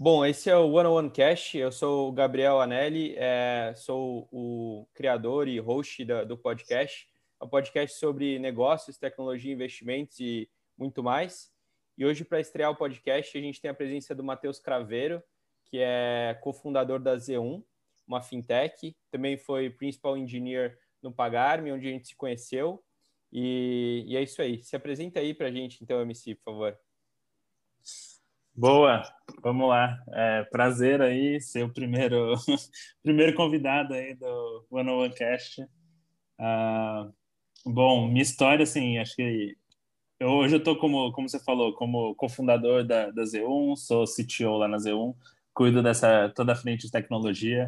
Bom, esse é o One on One Cash. Eu sou o Gabriel Anelli, sou o criador e host do podcast. É um podcast sobre negócios, tecnologia, investimentos e muito mais. E hoje, para estrear o podcast, a gente tem a presença do Matheus Craveiro, que é cofundador da Z1, uma fintech. Também foi Principal Engineer no Pagar.me, onde a gente se conheceu. E é isso aí. Se apresenta aí para a gente, então, MC, por favor. Boa, vamos lá. Prazer aí ser o primeiro, primeiro convidado aí do One on One Cast. Bom, minha história, assim, acho que hoje eu tô como você falou, como cofundador da Z1, sou CTO lá na Z1, cuido dessa toda a frente de tecnologia.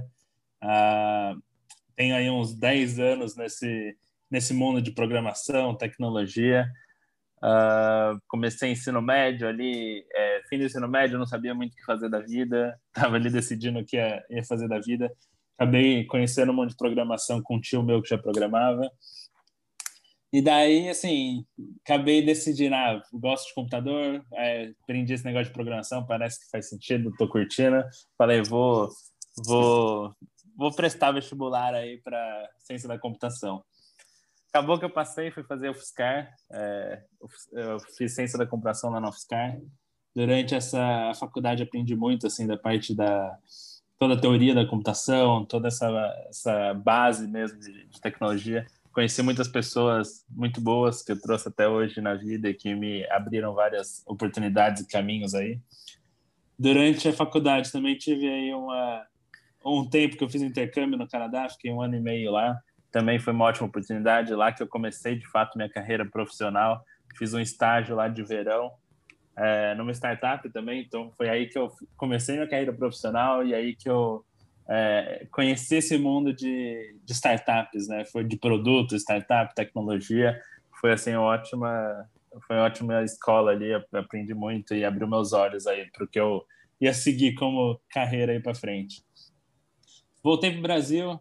Tenho aí uns 10 anos nesse mundo de programação, tecnologia. Comecei ensino médio ali, fim do ensino médio, não sabia muito o que fazer da vida, estava ali decidindo o que ia fazer da vida. Acabei conhecendo um monte de programação com um tio meu que já programava. E daí, assim, acabei decidindo, gosto de computador, aprendi esse negócio de programação, parece que faz sentido, tô curtindo. Falei, vou prestar vestibular aí para ciência da computação. Acabou que eu passei, fui fazer UFSCar, eu fiz ciência da computação lá na UFSCar. Durante essa faculdade aprendi muito, assim, da parte toda a teoria da computação, toda essa base mesmo de tecnologia. Conheci muitas pessoas muito boas que eu trouxe até hoje na vida e que me abriram várias oportunidades e caminhos aí. Durante a faculdade também tive aí um tempo que eu fiz intercâmbio no Canadá, fiquei 1 ano e meio lá. Também foi uma ótima oportunidade, lá que eu comecei de fato minha carreira profissional. Fiz um estágio lá de verão numa startup também, então foi aí que eu comecei minha carreira profissional e aí que eu conheci esse mundo de startups, né? Foi de produto, startup, tecnologia. Foi assim foi uma ótima escola ali, aprendi muito e abriu meus olhos aí para o que eu ia seguir como carreira aí para frente. Voltei para o Brasil,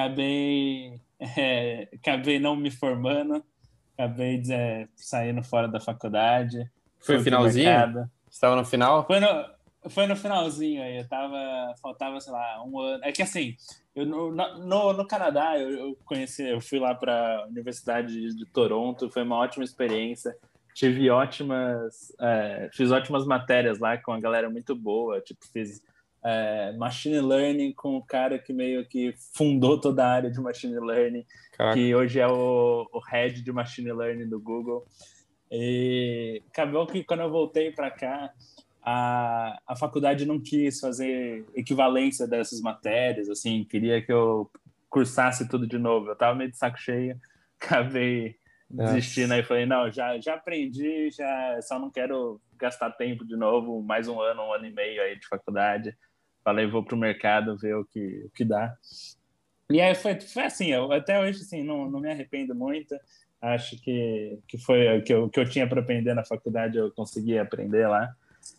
acabei não me formando, acabei saindo fora da faculdade, Foi o fui para o finalzinho? mercado. Você estava no final? Foi no finalzinho aí, faltava, sei lá, 1 ano. É que assim, no Canadá eu fui lá para a Universidade de Toronto, foi uma ótima experiência. Fiz ótimas matérias lá com a galera muito boa, tipo, fiz machine learning com o cara que meio que fundou toda a área de machine learning, Caraca. que hoje é o head de machine learning do Google. E acabou que quando eu voltei para cá, a faculdade não quis fazer equivalência dessas matérias, assim, queria que eu cursasse tudo de novo. Eu tava meio de saco cheio, acabei desistindo aí, falei, não, já aprendi, só não quero gastar tempo de novo, mais 1 ano e meio aí de faculdade. Falei, vou pro mercado ver o que dá. E aí foi assim, eu até hoje assim, não me arrependo muito. Acho que foi o que eu tinha para aprender na faculdade, eu consegui aprender lá.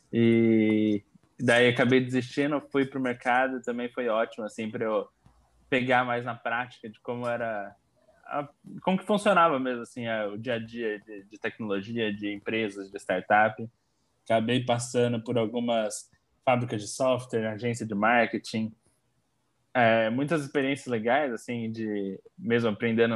E daí acabei desistindo, fui pro mercado, também foi ótimo, assim, para eu pegar mais na prática de como que funcionava mesmo, assim, o dia a dia de tecnologia, de empresas, de startup. Acabei passando por algumas fábricas de software, agência de marketing, muitas experiências legais, assim, de mesmo aprendendo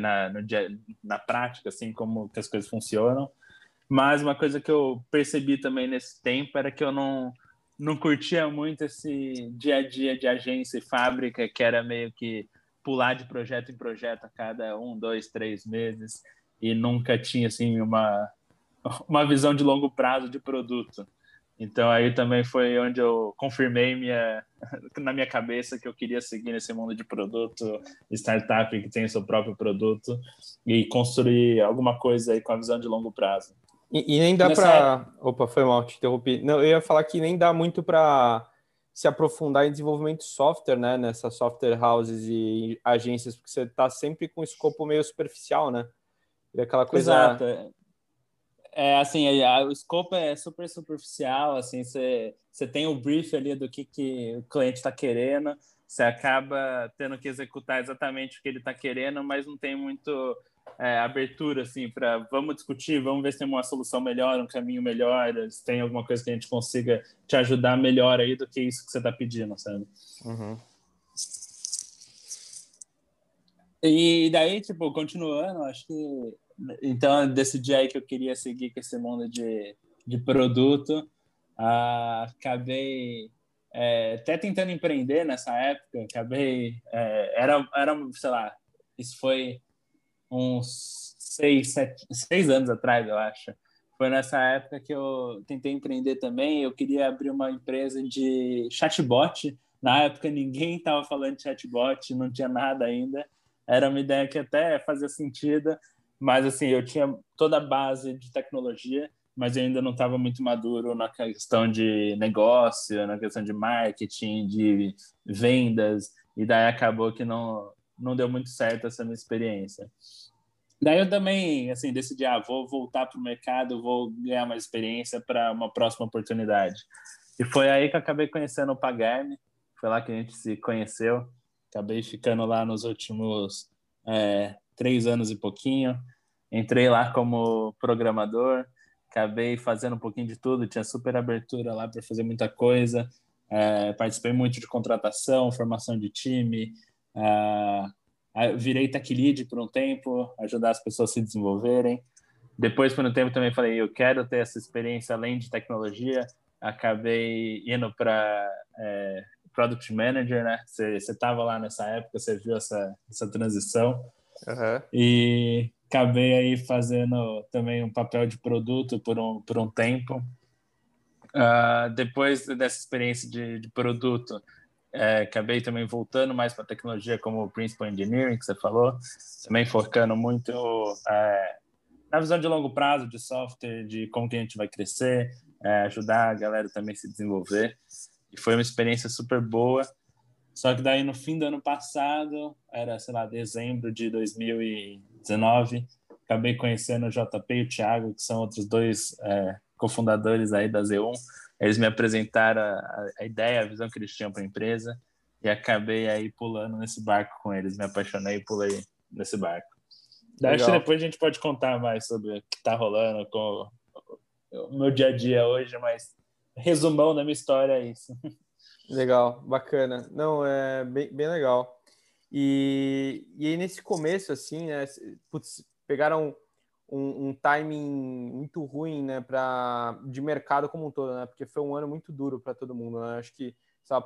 na prática, assim, como que as coisas funcionam. Mas uma coisa que eu percebi também nesse tempo era que eu não curtia muito esse dia a dia de agência e fábrica, que era meio que pular de projeto em projeto a cada 1, 2, 3 meses e nunca tinha assim uma visão de longo prazo de produto. Então aí também foi onde eu confirmei na minha cabeça que eu queria seguir nesse mundo de produto, startup que tem o seu próprio produto e construir alguma coisa aí com a visão de longo prazo. E nem dá Nessa época, para. Opa, foi mal, te interrompi. Não, eu ia falar que nem dá muito para se aprofundar em desenvolvimento de software, né? Nessas software houses e agências, porque você está sempre com um escopo meio superficial, né? E aquela coisa. exato. Assim, o escopo é super superficial, assim, você tem o brief ali do que o cliente está querendo, você acaba tendo que executar exatamente o que ele está querendo, mas não tem muito abertura assim para vamos discutir, vamos ver se tem uma solução melhor, um caminho melhor, se tem alguma coisa que a gente consiga te ajudar melhor aí do que isso que você está pedindo, sabe? Uhum. E daí, tipo, continuando, acho que então eu decidi aí que eu queria seguir com esse mundo de produto. Acabei até tentando empreender nessa época, acabei era, sei lá, isso foi uns 6 anos atrás, eu acho. Foi nessa época que eu tentei empreender também. Eu queria abrir uma empresa de chatbot. Na época ninguém estava falando de chatbot, não tinha nada ainda. Era uma ideia que até fazia sentido, mas assim, eu tinha toda a base de tecnologia, mas eu ainda não estava muito maduro na questão de negócio, na questão de marketing, de vendas, e daí acabou que não deu muito certo essa minha experiência. Daí eu também, assim, decidi, vou voltar para o mercado, vou ganhar mais experiência para uma próxima oportunidade. E foi aí que eu acabei conhecendo o Pagar.me, foi lá que a gente se conheceu, acabei ficando lá nos últimos 3 anos e pouquinho, entrei lá como programador, acabei fazendo um pouquinho de tudo, tinha super abertura lá para fazer muita coisa, participei muito de contratação, formação de time, virei tech lead por um tempo, ajudar as pessoas a se desenvolverem. Depois, por um tempo, também falei, eu quero ter essa experiência além de tecnologia. Acabei indo para Product Manager, né? Você estava lá nessa época, você viu essa transição. Uhum. E acabei aí fazendo também um papel de produto por um tempo. Depois dessa experiência de produto, acabei também voltando mais para a tecnologia como Principal Engineering, que você falou, também focando muito na visão de longo prazo de software, de como que a gente vai crescer, ajudar a galera também a se desenvolver. E foi uma experiência super boa. Só que daí no fim do ano passado, era, sei lá, dezembro de 2019, acabei conhecendo o JP e o Thiago, que são outros dois cofundadores aí da Z1. Eles me apresentaram a ideia, a visão que eles tinham para a empresa e acabei aí pulando nesse barco com eles. Me apaixonei e pulei nesse barco. Daí acho que Legal. depois a gente pode contar mais sobre o que está rolando com o meu dia a dia hoje, mas resumão da minha história é isso. Legal, bacana. Não, é bem legal. E aí nesse começo, assim, né, putz, pegaram um timing muito ruim, né, de mercado como um todo, né, porque foi um ano muito duro para todo mundo, né? Acho que só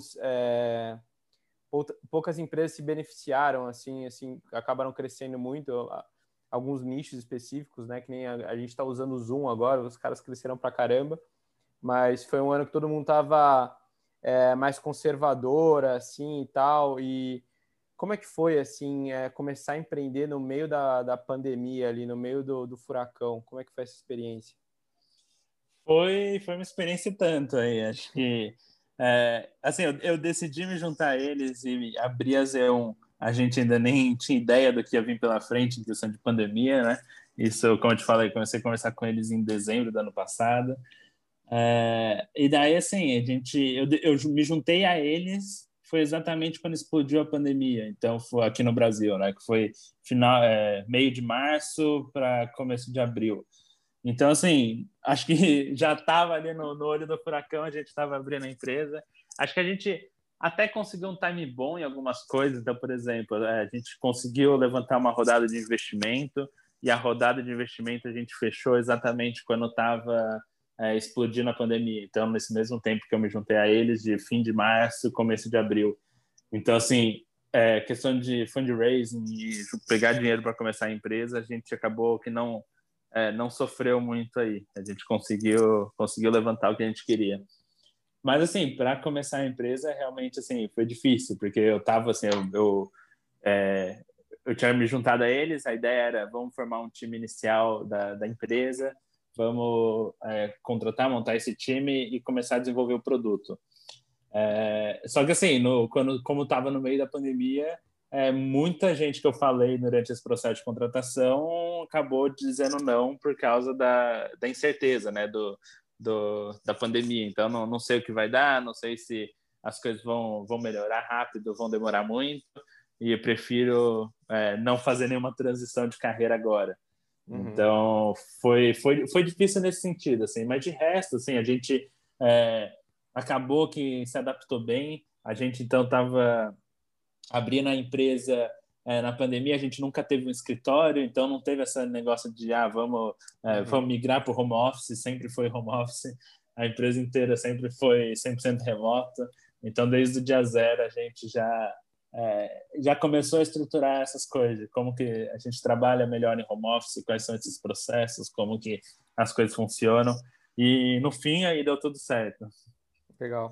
poucas empresas se beneficiaram, assim, acabaram crescendo muito, alguns nichos específicos, né, que nem a gente está usando o Zoom agora, os caras cresceram pra caramba, mas foi um ano que todo mundo estava mais conservadora, assim, e tal, e como é que foi, assim, começar a empreender no meio da pandemia ali, no meio do furacão? Como é que foi essa experiência? Foi uma experiência e tanto aí, acho que assim, eu decidi me juntar a eles e abrir a Z1. A gente ainda nem tinha ideia do que ia vir pela frente em questão de pandemia, né? Isso, como eu te falei, comecei a conversar com eles em dezembro do ano passado. E daí, assim, eu me juntei a eles, foi exatamente quando explodiu a pandemia. Então, foi aqui no Brasil, né? Que foi meio de março para começo de abril. Então, assim, acho que já estava ali no olho do furacão, a gente estava abrindo a empresa. Acho que a gente até conseguiu um time bom em algumas coisas. Então, por exemplo, a gente conseguiu levantar uma rodada de investimento e a rodada de investimento a gente fechou exatamente quando estava explodindo a pandemia. Então, nesse mesmo tempo que eu me juntei a eles, de fim de março, começo de abril. Então, assim, questão de fundraising e pegar dinheiro para começar a empresa, a gente acabou que não sofreu muito aí. A gente conseguiu levantar o que a gente queria. Mas, assim, para começar a empresa, realmente, assim, foi difícil, porque eu tava, assim, eu tinha me juntado a eles, a ideia era, vamos formar um time inicial da empresa, vamos contratar, montar esse time e começar a desenvolver o produto. Só que, assim, como estava no meio da pandemia, muita gente que eu falei durante esse processo de contratação acabou dizendo não por causa da incerteza, né, da pandemia. Então, não sei o que vai dar, não sei se as coisas vão melhorar rápido, vão demorar muito, e eu prefiro não fazer nenhuma transição de carreira agora. Então, foi difícil nesse sentido, assim, mas de resto, assim, a gente acabou que se adaptou bem. A gente, então, estava abrindo a empresa na pandemia. A gente nunca teve um escritório, então não teve esse negócio de vamos migrar para o home office, sempre foi home office. A empresa inteira sempre foi 100% remota. Então, desde o dia zero, a gente já começou a estruturar essas coisas, como que a gente trabalha melhor em home office, quais são esses processos, como que as coisas funcionam, e no fim aí deu tudo certo. Legal.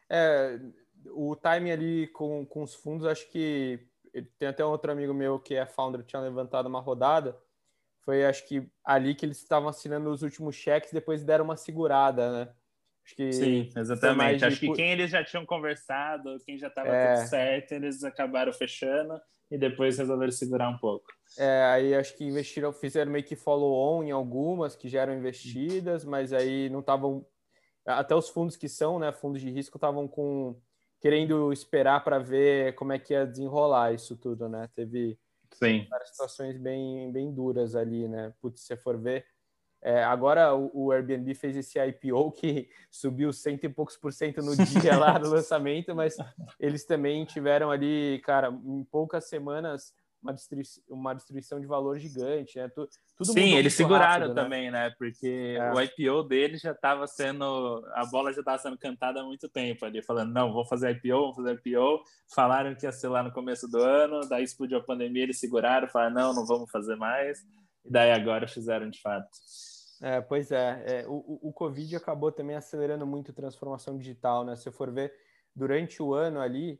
O timing ali com os fundos, acho que tem até um outro amigo meu que é founder, tinha levantado uma rodada, foi acho que ali que eles estavam assinando os últimos cheques, depois deram uma segurada, né? Acho que Sim, foi mais exatamente. de... Acho que quem eles já tinham conversado, quem já estava tudo certo, eles acabaram fechando e depois resolveram segurar um pouco. Aí acho que fizeram meio que follow-on em algumas que já eram investidas, mas aí não estavam... Até os fundos que são, né, fundos de risco, estavam querendo esperar para ver como é que ia desenrolar isso tudo, né? Teve várias situações bem, bem duras ali, né? Putz, se você for ver, agora o Airbnb fez esse IPO que subiu 100 e poucos % no dia lá do lançamento, mas eles também tiveram ali, cara, em poucas semanas, uma destruição de valor gigante, né? Tudo Sim, mudou eles muito seguraram rápido, também, né? Porque o IPO dele já estava sendo... A bola já estava sendo cantada há muito tempo ali, falando, não, vamos fazer IPO. Falaram que ia ser lá no começo do ano, daí explodiu a pandemia, eles seguraram, falaram, não vamos fazer mais. E daí agora fizeram de fato. Pois é. O Covid acabou também acelerando muito a transformação digital, né? Se eu for ver, durante o ano ali,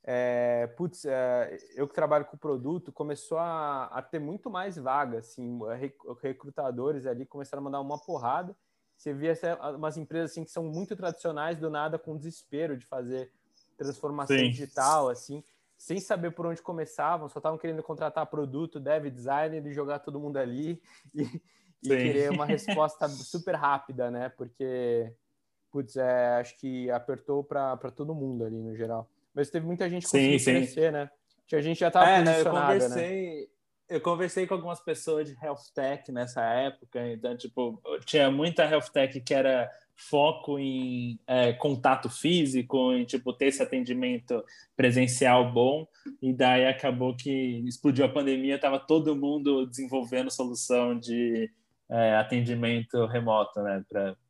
eu que trabalho com produto, começou a ter muito mais vaga, assim, recrutadores ali começaram a mandar uma porrada. Você via umas empresas assim que são muito tradicionais, do nada com desespero de fazer transformação digital, assim, sem saber por onde começavam, só estavam querendo contratar produto, dev, designer e jogar todo mundo ali e querer uma resposta super rápida, né? Porque, acho que apertou para todo mundo ali no geral. Mas teve muita gente que conseguiu crescer, né? A gente já estava posicionada, né? Eu conversei com algumas pessoas de health tech nessa época, então, tipo, tinha muita health tech que era foco em contato físico, em, tipo, ter esse atendimento presencial bom, e daí acabou que explodiu a pandemia, estava todo mundo desenvolvendo solução de atendimento remoto, né,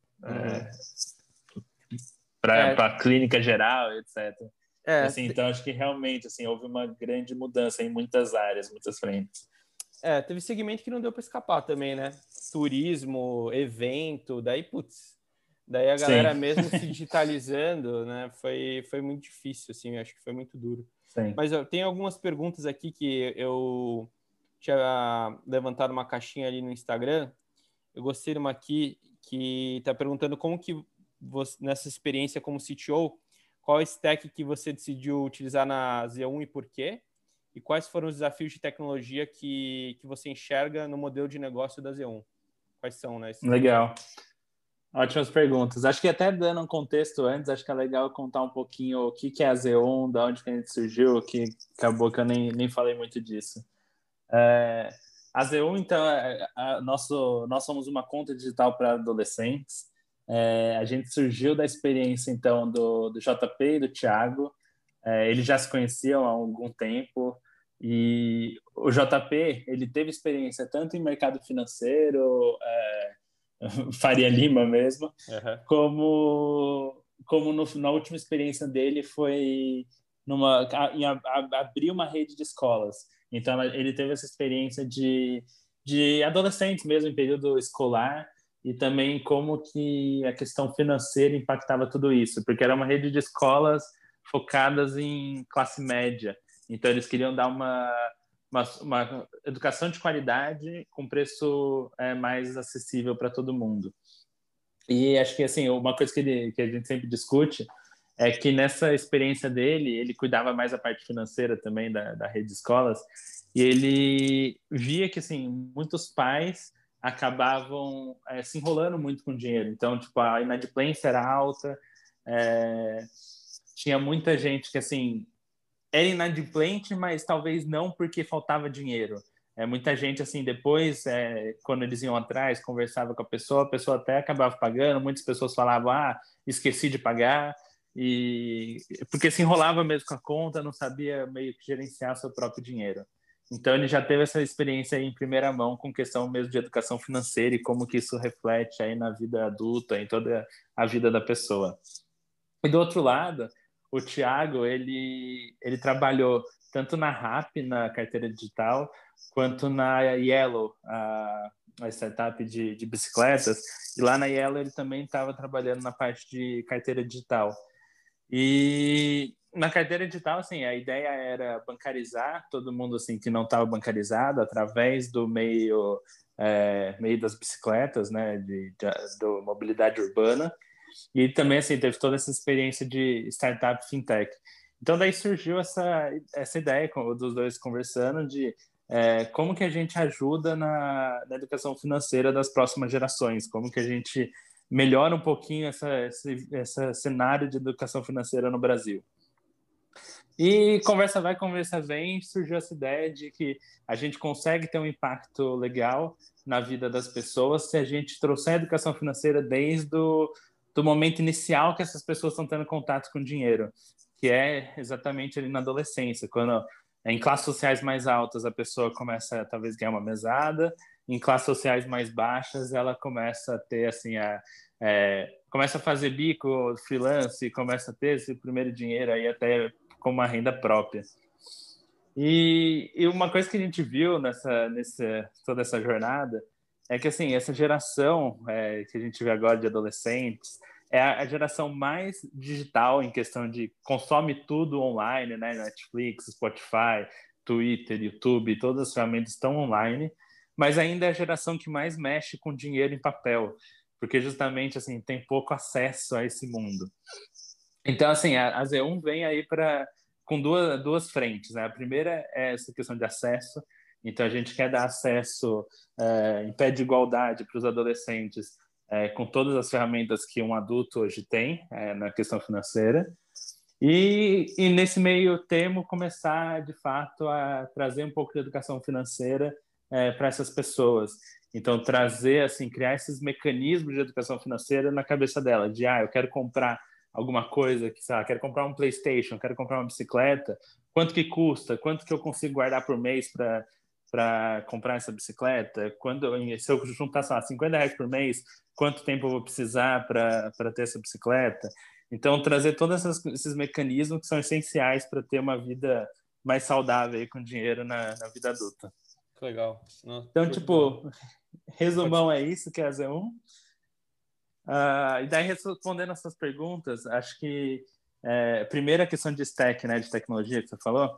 para clínica geral, etc. Assim, então, acho que realmente assim, houve uma grande mudança em muitas áreas, muitas frentes. Teve segmento que não deu para escapar também, né? Turismo, evento, daí a galera mesmo se digitalizando, né? Foi muito difícil, assim, acho que foi muito duro. Sim. Mas tem algumas perguntas aqui que eu tinha levantado uma caixinha ali no Instagram. Eu gostei de uma aqui que está perguntando como que você, nessa experiência como CTO, qual stack que você decidiu utilizar na Z1 e por quê? E quais foram os desafios de tecnologia que você enxerga no modelo de negócio da Z1? Quais são, né? Legal. Ótimas perguntas. Acho que até dando um contexto antes, acho que é legal contar um pouquinho o que é a Z1, da onde que a gente surgiu, que acabou que eu nem falei muito disso. A Z1, então, nós somos uma conta digital para adolescentes. A gente surgiu da experiência, então, do JP e do Thiago. Eles já se conheciam há algum tempo. E o JP, ele teve experiência tanto em mercado financeiro, Faria Lima mesmo, como na última experiência dele foi em abrir uma rede de escolas. Então, ele teve essa experiência de adolescentes mesmo, em período escolar, e também como que a questão financeira impactava tudo isso, porque era uma rede de escolas focadas em classe média. Então, eles queriam dar uma educação de qualidade com preço mais acessível para todo mundo. E acho que assim, uma coisa que a gente sempre discute é que nessa experiência dele, ele cuidava mais da parte financeira também da rede de escolas, e ele via que assim, muitos pais acabavam se enrolando muito com dinheiro. Então, tipo, a inadimplência era alta, tinha muita gente que, assim, era inadimplente, mas talvez não porque faltava dinheiro. Muita gente, assim, depois, quando eles iam atrás, conversava com a pessoa até acabava pagando, muitas pessoas falavam, esqueci de pagar, e porque se enrolava mesmo com a conta, não sabia meio que gerenciar seu próprio dinheiro. Então, ele já teve essa experiência aí em primeira mão com questão mesmo de educação financeira e como que isso reflete aí na vida adulta, em toda a vida da pessoa. E do outro lado, o Thiago, ele trabalhou tanto na RAP, na carteira digital, quanto na Yellow, a startup de bicicletas. E lá na Yellow ele também estava trabalhando na parte de carteira digital. E na carteira digital, assim, a ideia era bancarizar todo mundo assim que não estava bancarizado através do meio das bicicletas, né, do mobilidade urbana. E também, assim, teve toda essa experiência de startup fintech. Então, daí surgiu essa ideia dos dois conversando de como que a gente ajuda na educação financeira das próximas gerações, como que a gente melhora um pouquinho esse cenário de educação financeira no Brasil. E conversa vai, conversa vem, surgiu essa ideia de que a gente consegue ter um impacto legal na vida das pessoas se a gente trouxer a educação financeira desde do momento inicial que essas pessoas estão tendo contato com dinheiro, que é exatamente ali na adolescência, quando em classes sociais mais altas a pessoa começa a talvez ganhar uma mesada, em classes sociais mais baixas ela começa a ter assim começa a fazer bico, freelance, começa a ter esse primeiro dinheiro aí até com uma renda própria. E uma coisa que a gente viu toda essa jornada é que, assim, essa geração que a gente vê agora de adolescentes é a geração mais digital em questão de consome tudo online, né? Netflix, Spotify, Twitter, YouTube, todas as ferramentas estão online, mas ainda é a geração que mais mexe com dinheiro em papel, porque justamente, assim, tem pouco acesso a esse mundo. Então, assim, a Z1 vem aí com duas frentes, né? A primeira é essa questão de acesso. Então, a gente quer dar acesso em pé de igualdade para os adolescentes com todas as ferramentas que um adulto hoje tem na questão financeira. E nesse meio termo, começar, de fato, a trazer um pouco de educação financeira para essas pessoas. Então, trazer, assim, criar esses mecanismos de educação financeira na cabeça dela, de, eu quero comprar alguma coisa, que, sei lá, quero comprar um PlayStation, quero comprar uma bicicleta, quanto que custa, quanto que eu consigo guardar por mês para comprar essa bicicleta, se eu juntar, sei lá, R$50 por mês, quanto tempo eu vou precisar para ter essa bicicleta? Então, trazer todos esses mecanismos que são essenciais para ter uma vida mais saudável aí, com dinheiro na vida adulta. Que legal. Então, tipo, resumão é isso que é a Z1. E daí, respondendo essas perguntas, acho que primeira questão de stack, né, de tecnologia que você falou.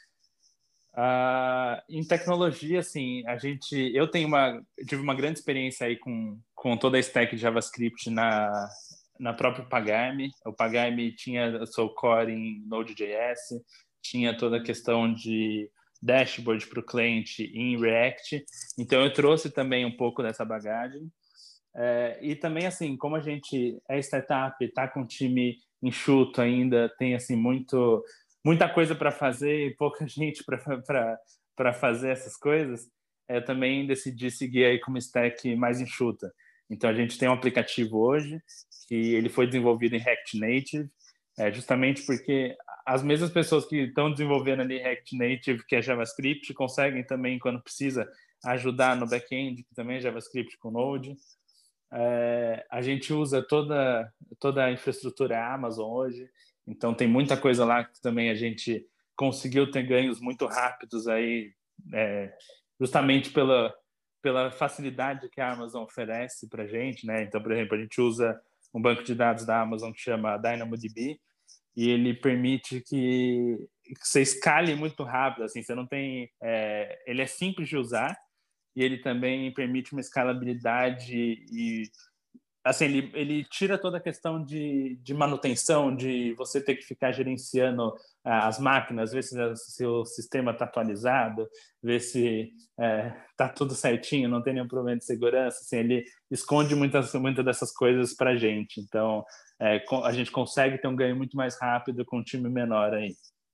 Em tecnologia, assim, eu tive uma grande experiência aí com toda a stack de JavaScript na própria Pagame. O Pagame tinha o seu core em Node.js, tinha toda a questão de dashboard para o cliente em React. Então, eu trouxe também um pouco dessa bagagem. E também, assim, como a gente é startup, está com um time enxuto ainda, tem, assim, muita coisa para fazer e pouca gente para fazer essas coisas, eu também decidi seguir aí com uma stack mais enxuta. Então, a gente tem um aplicativo hoje que ele foi desenvolvido em React Native, justamente porque as mesmas pessoas que estão desenvolvendo ali React Native, que é JavaScript, conseguem também, quando precisa, ajudar no back-end, que também é JavaScript com Node. A gente usa toda a infraestrutura Amazon hoje, então tem muita coisa lá que também a gente conseguiu ter ganhos muito rápidos aí, justamente pela facilidade que a Amazon oferece para a gente, né? Então, por exemplo, a gente usa um banco de dados da Amazon que chama DynamoDB e ele permite que você escale muito rápido, assim, você não tem... ele é simples de usar e ele também permite uma escalabilidade e assim, ele tira toda a questão de manutenção, de você ter que ficar gerenciando as máquinas, ver se o sistema está atualizado, ver se está tudo certinho, não tem nenhum problema de segurança. Assim, ele esconde muitas dessas coisas para a gente. Então, a gente consegue ter um ganho muito mais rápido com um time menor aí.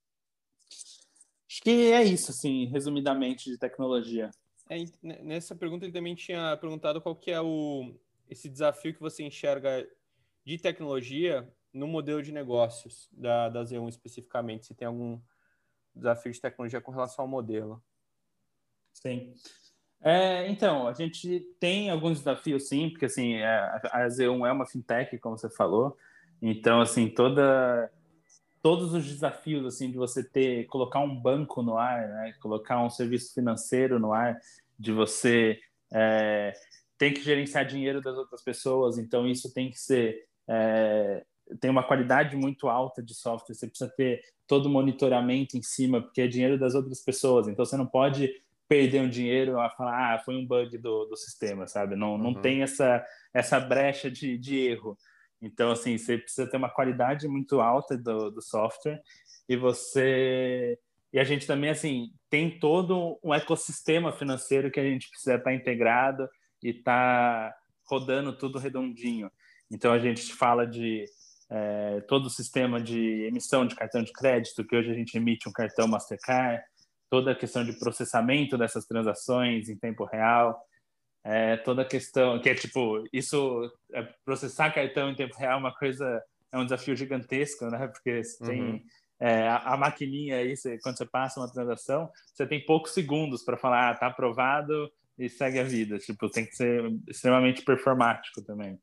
Acho que é isso, assim, resumidamente, de tecnologia. Nessa pergunta ele também tinha perguntado qual que é esse desafio que você enxerga de tecnologia no modelo de negócios da Z1 especificamente, se tem algum desafio de tecnologia com relação ao modelo. Sim. Então, a gente tem alguns desafios, sim, porque assim, a Z1 é uma fintech, como você falou, então, assim, todos os desafios assim de você colocar um banco no ar, né? Colocar um serviço financeiro no ar, de você ter que gerenciar dinheiro das outras pessoas, então isso tem que ser tem uma qualidade muito alta de software, você precisa ter todo o monitoramento em cima, porque é dinheiro das outras pessoas, então você não pode perder um dinheiro a falar, foi um bug do sistema, sabe? Não tem essa brecha de erro. Então, assim, você precisa ter uma qualidade muito alta do software e a gente também, assim, tem todo um ecossistema financeiro que a gente precisa estar integrado e estar rodando tudo redondinho. Então, a gente fala de todo o sistema de emissão de cartão de crédito, que hoje a gente emite um cartão Mastercard, toda a questão de processamento dessas transações em tempo real, toda a questão que tipo isso, processar cartão em tempo real é um desafio gigantesco, né? Porque você tem a maquininha aí, quando você passa uma transação, você tem poucos segundos para falar, tá aprovado e segue a vida. Tipo, tem que ser extremamente performático também.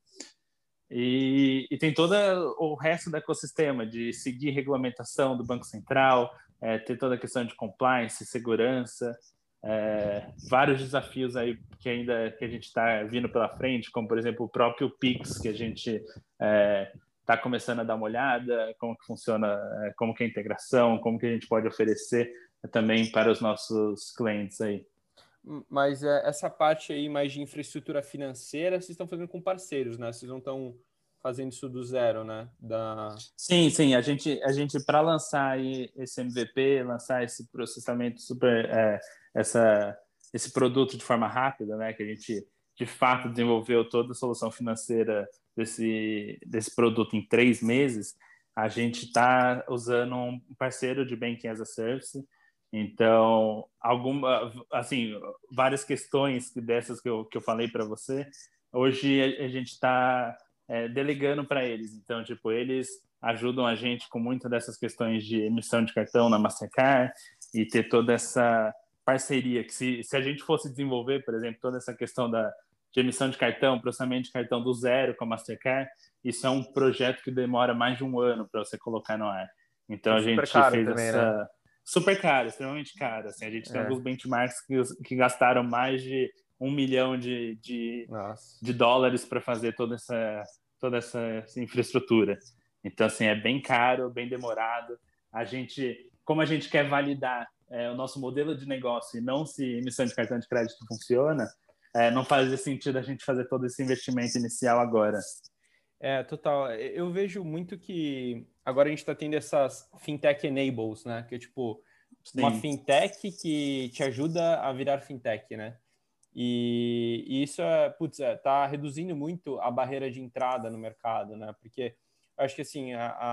E tem todo o resto do ecossistema de seguir regulamentação do Banco Central, ter toda a questão de compliance, segurança, vários desafios aí que a gente está vindo pela frente, como por exemplo o próprio Pix, que a gente está começando a dar uma olhada, como que funciona, como que é a integração, como que a gente pode oferecer também para os nossos clientes aí. Mas essa parte aí mais de infraestrutura financeira, vocês estão fazendo com parceiros, né? Vocês não estão fazendo isso do zero, né? Sim, a gente para lançar aí esse MVP, lançar esse processamento esse produto de forma rápida, né? Que a gente de fato desenvolveu toda a solução financeira desse produto em 3 meses. A gente está usando um parceiro de Banking as a Service. Então, assim, várias questões dessas que eu falei para você, hoje a gente está delegando para eles. Então, tipo, eles ajudam a gente com muitas dessas questões de emissão de cartão na Mastercard e ter toda essa parceria que se a gente fosse desenvolver, por exemplo, toda essa questão de emissão de cartão, processamento de cartão do zero com a Mastercard, isso é um projeto que demora mais de 1 ano para você colocar no ar. Então, a gente fez também, né? Super caro, extremamente caro. Assim, a gente tem alguns benchmarks que gastaram mais de 1 milhão de dólares para fazer toda essa infraestrutura. Então, assim, é bem caro, bem demorado. Como a gente quer validar o nosso modelo de negócio e não se emissão de cartão de crédito funciona, não faz sentido a gente fazer todo esse investimento inicial agora. Total. Eu vejo muito que agora a gente está tendo essas fintech enables, né? Que é tipo uma fintech que te ajuda a virar fintech, né? E isso tá reduzindo muito a barreira de entrada no mercado, né? Porque eu acho que assim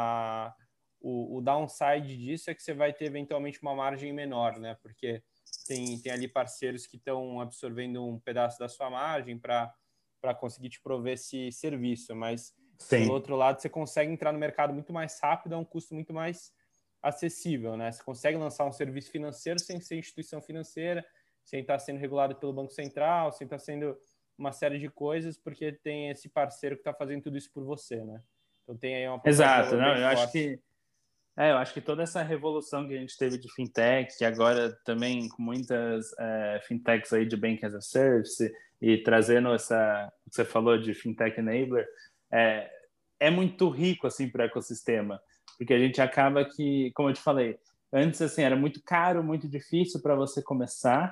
o downside disso é que você vai ter eventualmente uma margem menor, né? Porque tem ali parceiros que estão absorvendo um pedaço da sua margem para conseguir te prover esse serviço, mas pelo outro lado você consegue entrar no mercado muito mais rápido a um custo muito mais acessível, né? Você consegue lançar um serviço financeiro sem ser instituição financeira, sem estar sendo regulado pelo Banco Central, sem estar sendo uma série de coisas, porque tem esse parceiro que está fazendo tudo isso por você, né? Então tem aí uma Exato, não, eu acho que toda essa revolução que a gente teve de fintech, e agora também com muitas fintechs aí de Banking as a Service, e trazendo o que você falou de fintech enabler, é muito rico assim para o ecossistema, porque a gente acaba que, como eu te falei, antes assim era muito caro, muito difícil para você começar,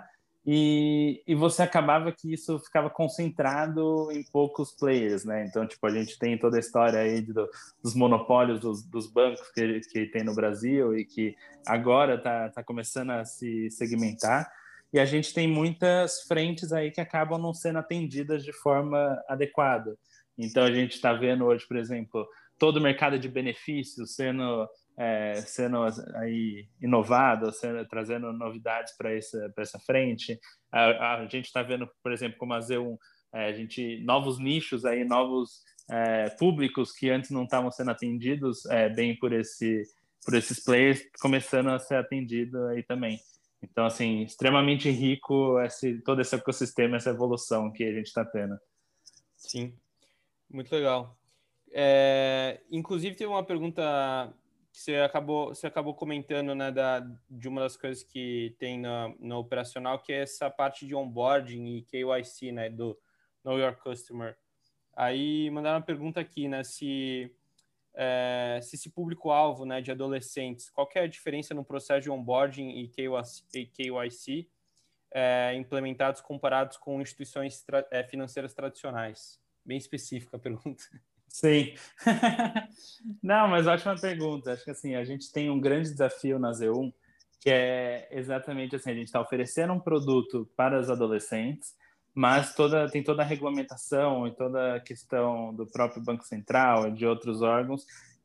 e você acabava que isso ficava concentrado em poucos players, né? Então, tipo, a gente tem toda a história aí dos monopólios dos bancos que tem no Brasil e que agora tá começando a se segmentar. E a gente tem muitas frentes aí que acabam não sendo atendidas de forma adequada. Então, a gente está vendo hoje, por exemplo, todo o mercado de benefícios sendo aí inovado, trazendo novidades para essa frente. A gente está vendo, por exemplo, como a Z1, novos nichos aí, novos públicos que antes não estavam sendo atendidos bem por esses players, começando a ser atendido aí também. Então, assim, extremamente rico todo esse ecossistema, essa evolução que a gente está tendo. Sim, muito legal. Inclusive, teve uma pergunta que você acabou comentando, né, de uma das coisas que tem na operacional, que é essa parte de onboarding e KYC, né, do Know Your Customer. Aí mandaram uma pergunta aqui, né, se esse público-alvo, né, de adolescentes, qual que é a diferença no processo de onboarding e KYC implementados comparados com instituições financeiras tradicionais? Bem específica a pergunta. Sim. Não, mas ótima pergunta. Acho que assim, a gente tem um grande desafio na Z1, que é exatamente assim, a gente está oferecendo um produto para os adolescentes, mas tem toda a regulamentação e toda a questão do próprio Banco Central e de outros órgãos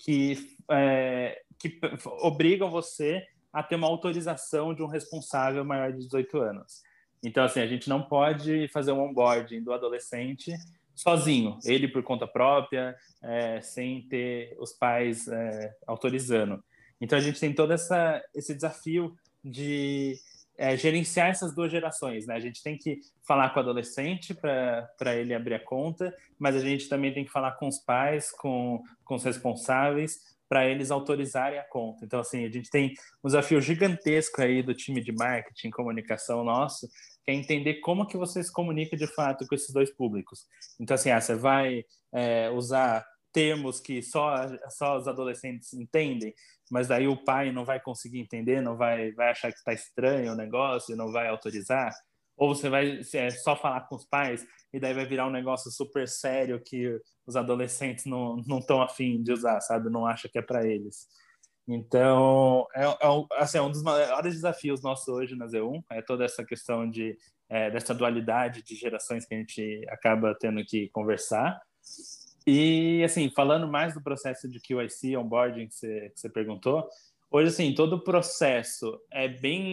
que obrigam você a ter uma autorização de um responsável maior de 18 anos. Então, assim, a gente não pode fazer um onboarding do adolescente sozinho, ele por conta própria, sem ter os pais autorizando. Então a gente tem todo esse desafio de gerenciar essas duas gerações, né? A gente tem que falar com o adolescente para ele abrir a conta, mas a gente também tem que falar com os pais, com os responsáveis, para eles autorizarem a conta. Então, assim, a gente tem um desafio gigantesco aí do time de marketing, comunicação nosso, que é entender como que você se comunica de fato com esses dois públicos. Então, assim, você vai usar termos que só os adolescentes entendem, mas daí o pai não vai conseguir entender, não vai achar que está estranho o negócio e não vai autorizar. Ou você vai só falar com os pais e daí vai virar um negócio super sério que os adolescentes não estão afim de usar, sabe? Não acha que é para eles. Então, assim, um dos maiores desafios nossos hoje na Z1 é toda essa questão dessa dualidade de gerações que a gente acaba tendo que conversar. E, assim, falando mais do processo de QIC, onboarding que você perguntou, hoje, assim, todo o processo é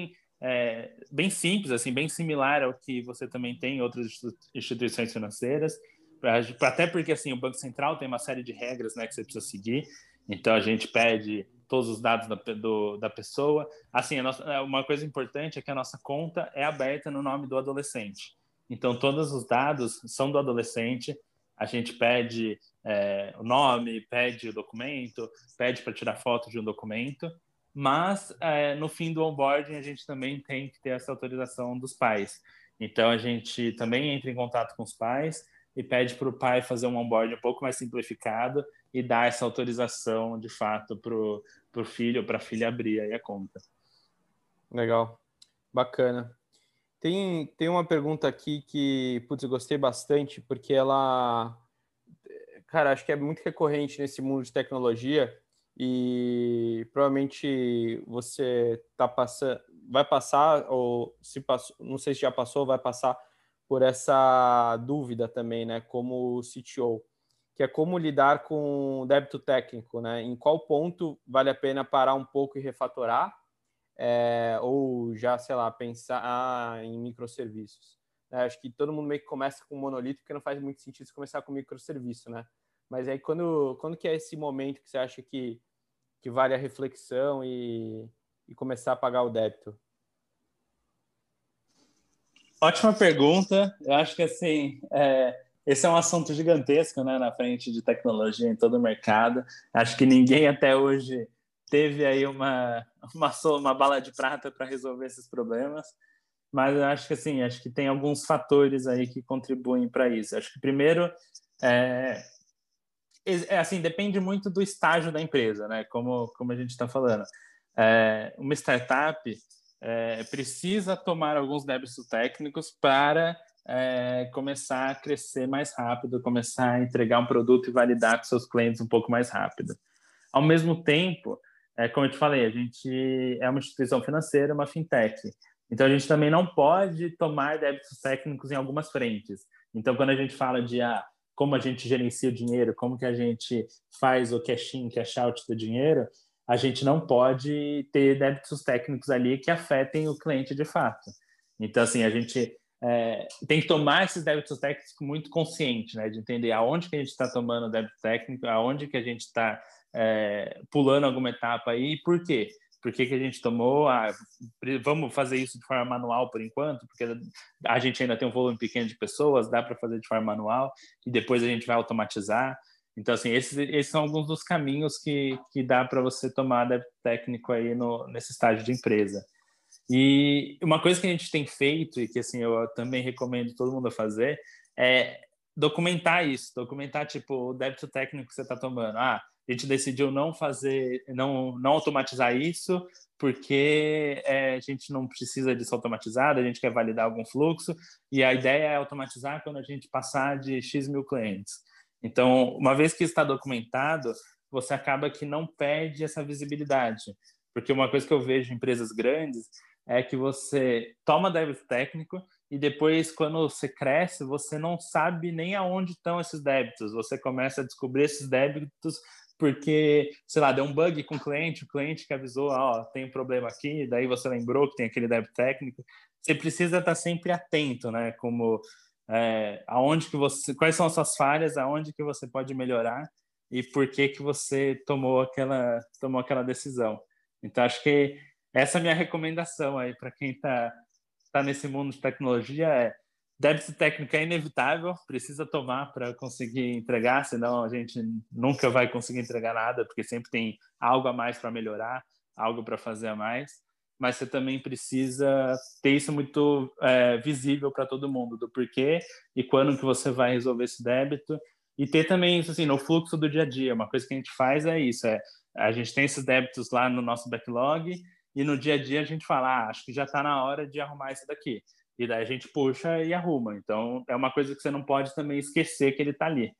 bem simples, assim, bem similar ao que você também tem em outras instituições financeiras, até porque, assim, o Banco Central tem uma série de regras, né, que você precisa seguir, então a gente pede todos os dados da pessoa. Assim, uma coisa importante é que a nossa conta é aberta no nome do adolescente. Então, todos os dados são do adolescente. A gente pede o nome, pede o documento, pede para tirar foto de um documento, mas no fim do onboarding a gente também tem que ter essa autorização dos pais. Então, a gente também entra em contato com os pais e pede para o pai fazer um onboarding um pouco mais simplificado e dar essa autorização, de fato, para o filho ou para a filha abrir aí a conta. Legal, bacana. Tem uma pergunta aqui que, putz, eu gostei bastante, porque ela, cara, acho que é muito recorrente nesse mundo de tecnologia e provavelmente você vai passar, ou se passou, não sei se já passou, vai passar por essa dúvida também, né, como CTO, que é como lidar com débito técnico, né? Em qual ponto vale a pena parar um pouco e refatorar, ou já, sei lá, pensar em microserviços. Acho que todo mundo meio que começa com monolito, porque não faz muito sentido você começar com microserviço, né? Mas aí quando que é esse momento que você acha que vale a reflexão e começar a pagar o débito? Ótima pergunta. Eu acho que assim, esse é um assunto gigantesco, né, na frente de tecnologia em todo o mercado. Acho que ninguém até hoje teve aí uma bala de prata para resolver esses problemas. Mas eu acho que assim, acho que tem alguns fatores aí que contribuem para isso. Acho que primeiro assim, depende muito do estágio da empresa, né? Como a gente está falando. Uma startup, precisa tomar alguns débitos técnicos para começar a crescer mais rápido, começar a entregar um produto e validar com seus clientes um pouco mais rápido. Ao mesmo tempo, como eu te falei, a gente é uma instituição financeira, uma fintech. Então, a gente também não pode tomar débitos técnicos em algumas frentes. Então, quando a gente fala de como a gente gerencia o dinheiro, como que a gente faz o cash-in, cash-out do dinheiro, a gente não pode ter débitos técnicos ali que afetem o cliente de fato. Então, assim, a gente tem que tomar esses débitos técnicos muito consciente, né? De entender aonde que a gente está tomando débito técnico, aonde que a gente está pulando alguma etapa aí e por quê. Por que a gente tomou? Vamos fazer isso de forma manual por enquanto, porque a gente ainda tem um volume pequeno de pessoas, dá para fazer de forma manual e depois a gente vai automatizar. Então, assim, esses são alguns dos caminhos que dá para você tomar débito técnico aí nesse estágio de empresa. E uma coisa que a gente tem feito e que assim eu também recomendo todo mundo a fazer é documentar isso, documentar tipo o débito técnico que você está tomando. A gente decidiu não fazer, não automatizar isso porque a gente não precisa disso automatizado, a gente quer validar algum fluxo e a ideia é automatizar quando a gente passar de X mil clientes. Então, uma vez que está documentado, você acaba que não perde essa visibilidade. Porque uma coisa que eu vejo em empresas grandes é que você toma débito técnico e depois, quando você cresce, você não sabe nem aonde estão esses débitos. Você começa a descobrir esses débitos porque, sei lá, deu um bug com o cliente que avisou, tem um problema aqui, daí você lembrou que tem aquele débito técnico. Você precisa estar sempre atento, né? Como quais são as suas falhas, aonde que você pode melhorar e por que você tomou aquela decisão. Então, acho que essa é a minha recomendação aí para quem tá nesse mundo de tecnologia. Débito técnico é inevitável, precisa tomar para conseguir entregar, senão a gente nunca vai conseguir entregar nada, porque sempre tem algo a mais para melhorar, algo para fazer a mais. Mas você também precisa ter isso muito visível para todo mundo, do porquê e quando que você vai resolver esse débito. E ter também isso assim, no fluxo do dia a dia. Uma coisa que a gente faz é isso, a gente tem esses débitos lá no nosso backlog e no dia a dia a gente fala, acho que já está na hora de arrumar isso daqui. E daí a gente puxa e arruma. Então, é uma coisa que você não pode também esquecer que ele está ali.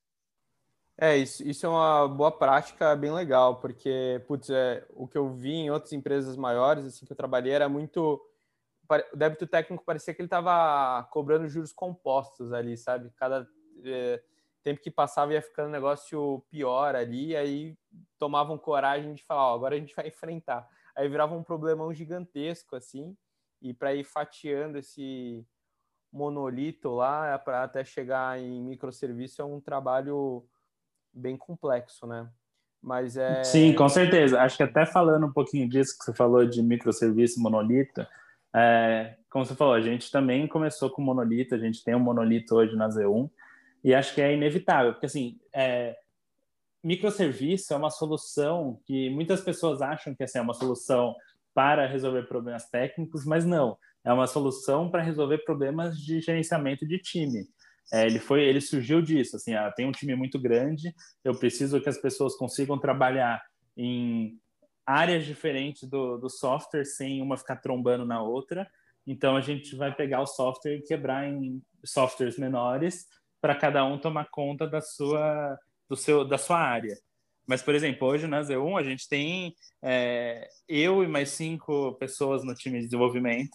Isso é uma boa prática, bem legal, porque, putz, o que eu vi em outras empresas maiores, assim, que eu trabalhei, era muito... O débito técnico parecia que ele estava cobrando juros compostos ali, sabe? Cada tempo que passava ia ficando um negócio pior ali, aí tomavam coragem de falar, agora a gente vai enfrentar. Aí virava um problemão gigantesco, assim, e para ir fatiando esse monolito lá, para até chegar em microserviço, é um trabalho bem complexo, né? Mas Sim, com certeza. Acho que até falando um pouquinho disso que você falou de microserviço monolito, como você falou, a gente também começou com monolito, a gente tem um monolito hoje na Z1, e acho que é inevitável, porque assim, microserviço é uma solução que muitas pessoas acham que assim, é uma solução para resolver problemas técnicos, mas não. É uma solução para resolver problemas de gerenciamento de time. Ele surgiu disso, assim, tem um time muito grande, eu preciso que as pessoas consigam trabalhar em áreas diferentes do software sem uma ficar trombando na outra. Então a gente vai pegar o software e quebrar em softwares menores para cada um tomar conta da sua área. Mas, por exemplo, hoje na Z1 a gente tem eu e mais 5 pessoas no time de desenvolvimento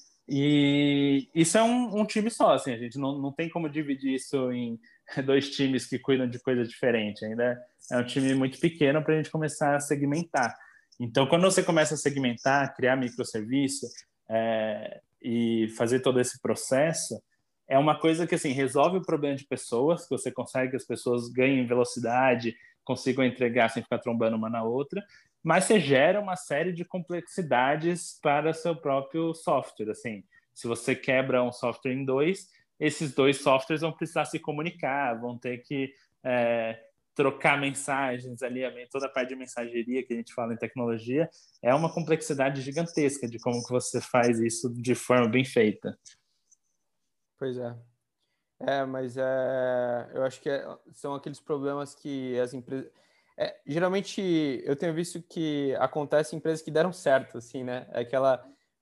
e isso é um time só, assim, a gente não tem como dividir isso em 2 times que cuidam de coisa diferente, ainda é um time muito pequeno para a gente começar a segmentar. Então, quando você começa a segmentar, criar microserviço e fazer todo esse processo, é uma coisa que assim resolve o problema de pessoas, que você consegue que as pessoas ganhem velocidade, consigam entregar sem ficar trombando uma na outra, mas você gera uma série de complexidades para seu próprio software. Assim, se você quebra um software em 2, esses 2 softwares vão precisar se comunicar, vão ter que trocar mensagens, alinhamento, toda a parte de mensageria que a gente fala em tecnologia, é uma complexidade gigantesca de como que você faz isso de forma bem feita. Pois é. Mas eu acho que são aqueles problemas que as empresas... geralmente, eu tenho visto que acontece em empresas que deram certo, assim, né?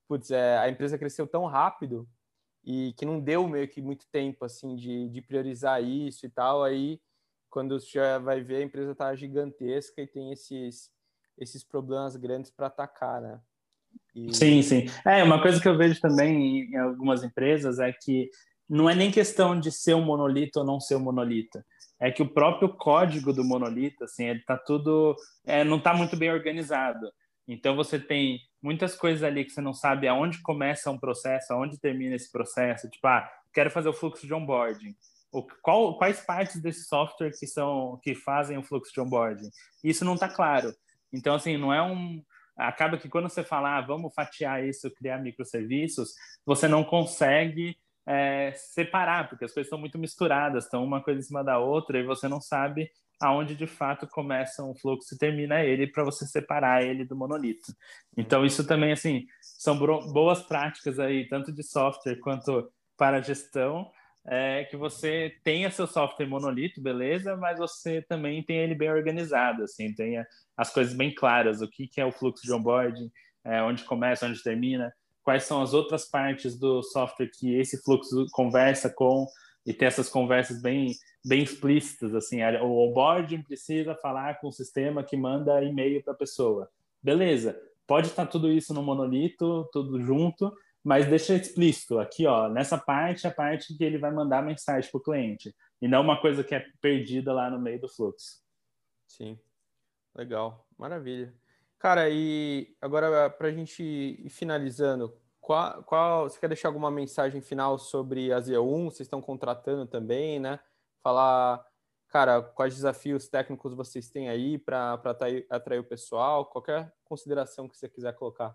putz, a empresa cresceu tão rápido e que não deu meio que muito tempo, assim, de priorizar isso e tal. Aí, quando você já vai ver, a empresa tá gigantesca e tem esses problemas grandes para atacar, né? Sim, sim. Uma coisa que eu vejo também em algumas empresas é que não é nem questão de ser um monolito ou não ser um monolito. É que o próprio código do monolito, assim, ele tá tudo, não está muito bem organizado. Então você tem muitas coisas ali que você não sabe aonde começa um processo, aonde termina esse processo. Tipo, quero fazer o fluxo de onboarding. Quais partes desse software que fazem o fluxo de onboarding? Isso não está claro. Então, assim, não é um acaba que quando você fala, vamos fatiar isso, criar microserviços, você não consegue separar, porque as coisas estão muito misturadas, estão uma coisa em cima da outra e você não sabe aonde de fato começa um fluxo e termina ele para você separar ele do monolito. Então isso também, assim, são boas práticas aí, tanto de software quanto para gestão, que você tenha seu software monolito, beleza, mas você também tem ele bem organizado, assim, tenha as coisas bem claras, o que é o fluxo de onboarding, onde começa, onde termina, quais são as outras partes do software que esse fluxo conversa com, e ter essas conversas bem explícitas, assim, o onboarding precisa falar com o sistema que manda e-mail para a pessoa. Beleza, pode estar tudo isso no monolito, tudo junto, mas deixa explícito aqui, ó, nessa parte, a parte que ele vai mandar mensagem para o cliente, e não uma coisa que é perdida lá no meio do fluxo. Sim, legal, maravilha. Cara, e agora para a gente ir finalizando, você quer deixar alguma mensagem final sobre a Z1? Vocês estão contratando também, né? Falar, cara, quais desafios técnicos vocês têm aí para atrair o pessoal? Qualquer consideração que você quiser colocar.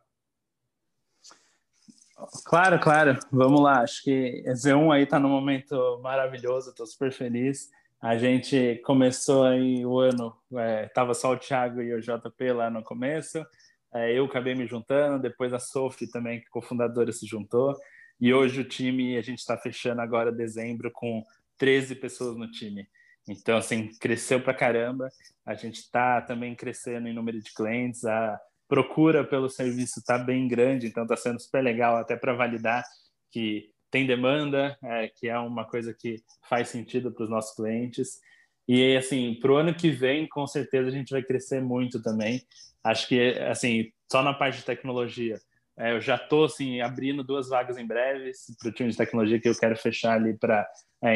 Claro, claro. Vamos lá. Acho que Z1 aí tá num momento maravilhoso. Estou super feliz. A gente começou aí o ano, tava só o Thiago e o JP lá no começo. Eu acabei me juntando, depois a Sophie também, que cofundadora, se juntou. E hoje o time, a gente está fechando agora dezembro com 13 pessoas no time. Então, assim, cresceu pra caramba. A gente está também crescendo em número de clientes. A procura pelo serviço está bem grande, então está sendo super legal até para validar que tem demanda, que é uma coisa que faz sentido para os nossos clientes. E, assim, para o ano que vem, com certeza, a gente vai crescer muito também. Acho que, assim, só na parte de tecnologia, eu já estou, assim, abrindo 2 vagas em breve para o time de tecnologia que eu quero fechar ali para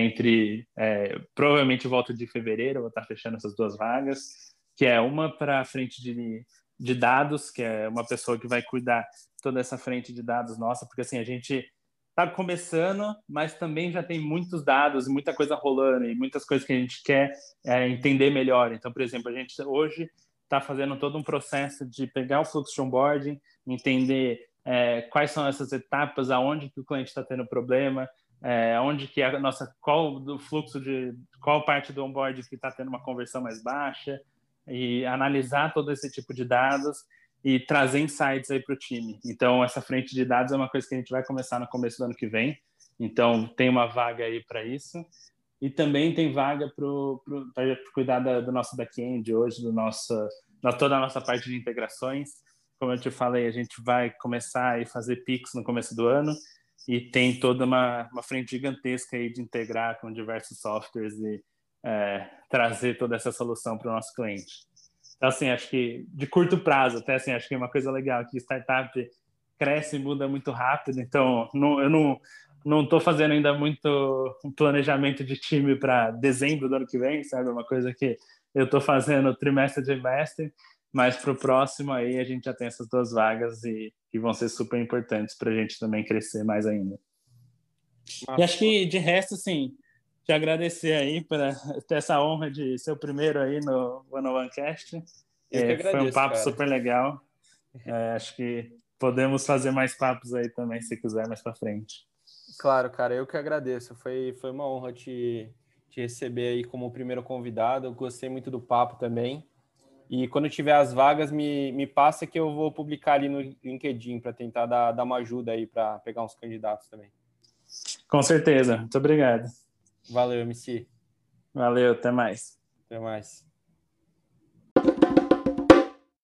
provavelmente volta de fevereiro, eu vou estar fechando essas 2 vagas, que é uma para a frente de dados, que é uma pessoa que vai cuidar toda essa frente de dados nossa, porque assim, a gente está começando, mas também já tem muitos dados, muita coisa rolando e muitas coisas que a gente quer entender melhor. Então, por exemplo, a gente hoje está fazendo todo um processo de pegar o fluxo de onboarding, entender quais são essas etapas, aonde que o cliente está tendo problema, onde que a nossa, qual do fluxo de qual parte do onboarding que está tendo uma conversão mais baixa, e analisar todo esse tipo de dados e trazer insights aí para o time. Então, essa frente de dados é uma coisa que a gente vai começar no começo do ano que vem. Então, tem uma vaga aí para isso. E também tem vaga para cuidar do nosso back-end hoje, toda a nossa parte de integrações. Como eu te falei, a gente vai começar a fazer Pix no começo do ano e tem toda uma frente gigantesca aí de integrar com diversos softwares e trazer toda essa solução para o nosso cliente. Então, assim, acho que de curto prazo, até assim, acho que é uma coisa legal que startup cresce e muda muito rápido, então eu não estou fazendo ainda muito um planejamento de time para dezembro do ano que vem, sabe? É uma coisa que eu estou fazendo trimestre de trimestre, mas para o próximo aí a gente já tem essas 2 vagas e que vão ser super importantes para a gente também crescer mais ainda. E acho que de resto, assim, te agradecer aí por ter essa honra de ser o primeiro aí no One on One Cast. Eu que agradeço, foi um papo cara. super legal. Acho que podemos fazer mais papos aí também, se quiser, mais para frente. Claro, cara, eu que agradeço. Foi uma honra te receber aí como primeiro convidado. Eu gostei muito do papo também. E quando tiver as vagas, me passa que eu vou publicar ali no LinkedIn para tentar dar uma ajuda aí para pegar uns candidatos também. Com certeza. Muito obrigado. Valeu, MC. Valeu, até mais. Até mais.